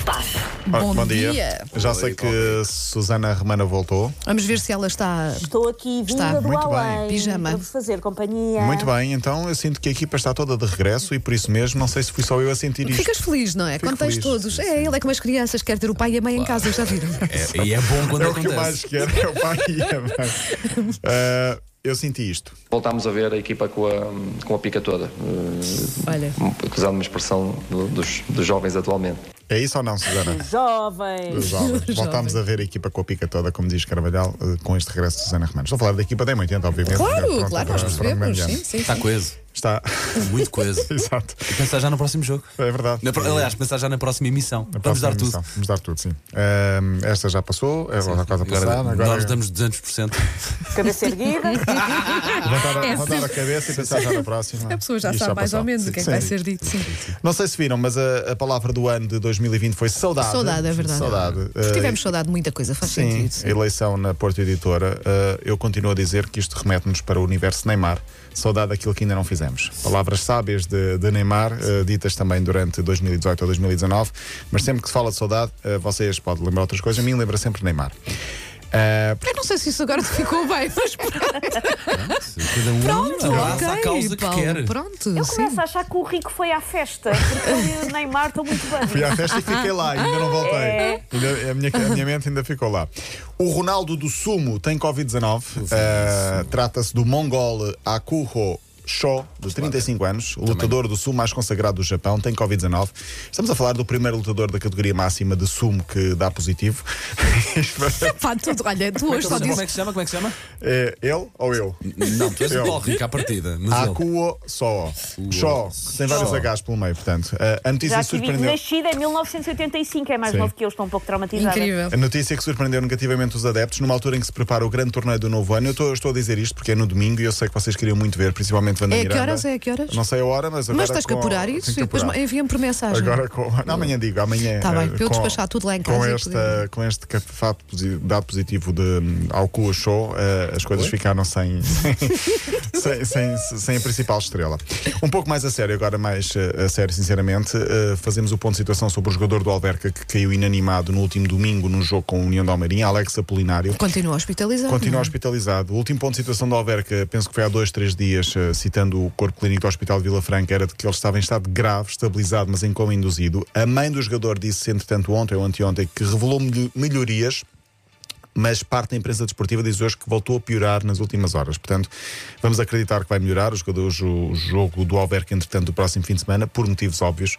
Paz. Bom dia. Já sei que Susana Romana voltou. Vamos ver se ela está. Estou aqui vinda Está do muito bem. além Pijama. para vos fazer companhia. Muito bem, então eu sinto que a equipa está toda de regresso e por isso mesmo, não sei se fui só eu a sentir isto. Ficas feliz, não é? Fico Quando tens feliz. todos. Ele é como as crianças, quer ter o pai e a mãe em casa, já viram? E é bom quando É o que eu mais acontece. quero, é o pai e a mãe. Eu senti isto. Voltámos a ver a equipa com a pica toda, Olha. usando uma expressão dos jovens atualmente. É isso ou não, Susana? Dos Jovens. jovens. Voltámos a ver a equipa com a pica toda, como diz Carvalhal, com este regresso de Susana Romana. Estou a falar da equipa da M80, obviamente. Claro, Pronto, claro, nós para percebemos. mediano. Sim. Está coeso. Está. Muito coeso. Exato. E pensar já no próximo jogo. É verdade. Aliás, pensar já na próxima emissão. Na Vamos próxima dar tudo. emissão. Vamos dar tudo, sim. Esta já passou, está quase a passar. Agora nós damos 200%. Cabeça erguida. levantar a cabeça e pensar já na próxima. A pessoa já Isto sabe mais passou. ou menos o que é que Sim. vai ser dito. Sim. Não sei se viram, mas a palavra do ano de 2020 foi saudade. Saudade, é verdade. Saudade. Tivemos saudade de muita coisa, faz Sim, sentido. a eleição na Porto Editora. Eu continuo a dizer que isto remete-nos para o universo Neymar. Saudade daquilo que ainda não fizemos. Palavras sábias de Neymar, ditas também durante 2018 ou 2019. Mas sempre que se fala de saudade, vocês podem lembrar outras coisas. A mim lembra sempre Neymar. Eu não sei se isso agora te ficou bem, mas Cada um pronto, abraça a ok, causa que Paulo, quer. pronto, Eu sim. começo a achar que o Rico foi à festa, porque ele e o Neymar estão muito Fui bem. à festa e fiquei lá, ainda não voltei. A minha mente ainda ficou lá. O Ronaldo do Sumo tem Covid-19. Trata-se do mongol Akuho Sho, de 35 anos, o lutador do sumo mais consagrado do Japão, tem Covid-19. Estamos a falar do primeiro lutador da categoria máxima de sumo que dá positivo. Pá, tudo, olha, tu hoje só Como dizes. é que se chama? Como é que se chama? É ele ou eu? Não, tu és Eu. o Rico à partida. Mas ele. Akuo Sho. Sho, tem vários H's pelo meio, portanto. A notícia Já que tive surpreendeu. nascida em 1985, é mais Sim. novo que eu, estou um pouco traumatizada. Incrível. A notícia que surpreendeu negativamente os adeptos, numa altura em que se prepara o grande torneio do novo ano. Eu estou a dizer isto porque é no domingo e eu sei que vocês queriam muito ver, principalmente Wanda É Miranda. que horas? É que horas? Não sei a hora, mas agora. Mas tens que apurar isso tenho que e depois apurar. envia-me por mensagem. Agora não, amanhã digo, amanhã. Tá bem, para eu com- despachar tudo lá em casa Com, e com este fato dado positivo de Akuo Show, as coisas ficaram sem a principal estrela. Um pouco mais a sério, agora mais a sério, sinceramente, fazemos o ponto de situação sobre o jogador do Alverca que caiu inanimado no último domingo no jogo com a União de Almeirim, Alex Apolinário. Continua hospitalizado. Continua hospitalizado. O último ponto de situação do Alverca, penso que foi há 2-3 dias, citando o Corpo Clínico do Hospital de Vila Franca, era de que ele estava em estado grave, estabilizado, mas em coma induzido. A mãe do jogador disse, entretanto, ontem ou anteontem, que revelou melhorias, mas parte da imprensa desportiva diz hoje que voltou a piorar nas últimas horas. Portanto, vamos acreditar que vai melhorar. O jogo do Alverca, entretanto, do próximo fim de semana, por motivos óbvios,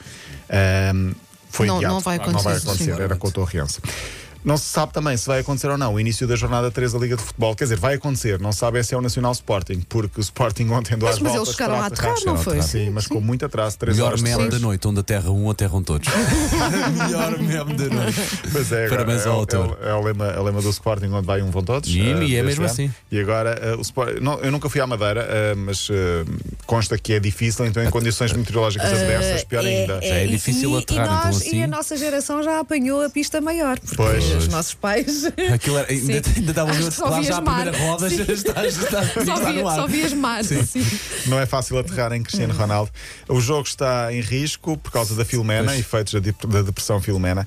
foi Não- adiado. não vai acontecer, Não vai acontecer, sim. era com o Torriense. Não se sabe também se vai acontecer ou não o início da jornada 3 da Liga de Futebol. Quer dizer, vai acontecer, não sabe é se é o Nacional Sporting, porque o Sporting ontem deu às Mas voltas. eles chegaram para a aterrar, aterrar. não foi? Sim, mas com muito atraso, 3 Melhor horas meme depois. da noite, onde aterra um, aterram todos. Melhor meme da noite. Mas é, Parabéns ao autor. É o lema do Sporting, onde vai um vão todos. E é deste mesmo ano. assim. E agora, o Sporting, eu nunca fui à Madeira, mas consta que é difícil, então em condições meteorológicas adversas, pior ainda. Já é difícil aterrar, então assim. E a nossa geração já apanhou a pista maior. Porque Pois. os nossos pais. Aquilo era, ainda estava Acho a que só lá vias já a primeira mar. roda, Sim. já está no ar. Só vias mar. Sim. Não é fácil aterrar em Cristiano Ronaldo. O jogo está em risco por causa da Filomena, efeitos da depressão Filomena.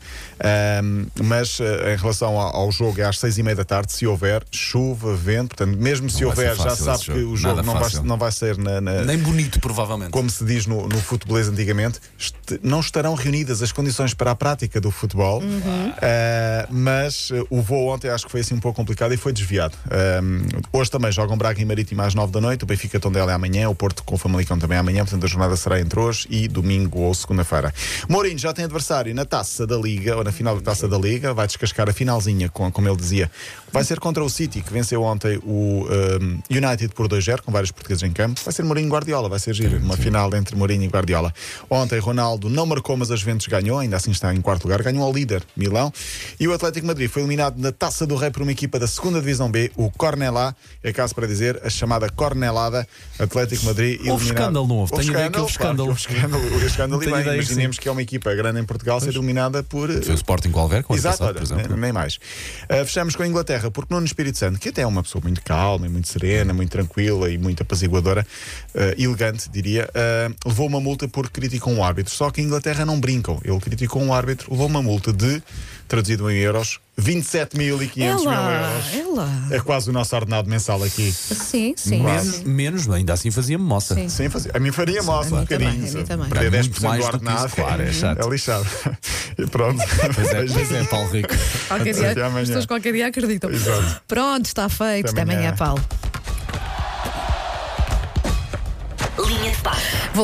Mas em relação ao jogo, é às 6:30 da tarde. Se houver chuva, vento, portanto, mesmo se Não vai ser houver, já fácil sabe esse que jogo. o jogo Nada fácil. não vai ser Nem bonito, provavelmente. como se diz no futebolês antigamente, não estarão reunidas as condições para a prática do futebol. Mas o voo ontem acho que foi assim um pouco complicado e foi desviado. Hoje também jogam Braga e Marítimo às 9 da noite, o Benfica Tondela é amanhã, o Porto com o Famalicão também é amanhã, portanto a jornada será entre hoje e domingo ou segunda-feira. Mourinho já tem adversário na Taça da Liga, ou na final da Taça da Liga, vai descascar a finalzinha, como ele dizia. Vai ser contra o City, que venceu ontem o United por 2-0, com vários portugueses em campo. Vai ser Mourinho e Guardiola, vai ser giro, uma final entre Mourinho e Guardiola. Ontem Ronaldo não marcou, mas a Juventus ganhou, ainda assim está em quarto lugar, ganhou ao líder Milão, e o Atlético de Madrid foi eliminado na Taça do Rei por uma equipa da 2ª Divisão B, o Cornellá, é caso para dizer, a chamada Cornelada. Atlético de Madrid eliminado. Houve escândalo, não houve? Tenho ideia que houve escândalo. Houve escândalo e Tenho bem, ideia que imaginemos que é uma equipa grande em Portugal ser eliminada por... Foi o Sporting qualquer, com Exato, passado, por exemplo. nem mais. Fechamos com a Inglaterra, porque Nuno Espírito Santo, que até é uma pessoa muito calma, e muito serena, muito tranquila e muito apaziguadora, elegante, diria, levou uma multa porque criticou um árbitro. Só que a Inglaterra não brincam. Ele criticou um árbitro, levou uma multa de, traduzido em euros, 27.500 euros. É quase o nosso ordenado mensal aqui. Sim. Menos, ainda assim fazia moça. Sim, fazia. A mim faria moça um bocadinho. A mim também. Perder É 10% muito mais do do que ordenado. isso, claro, é chato. É lixado. E pronto. Pois é, Paulo Rico. Qualquer Até dia, amanhã. as pessoas qualquer dia acreditam. Exato. Pronto, está feito. Até Até amanhã, amanhã. Paulo. Linha de passe.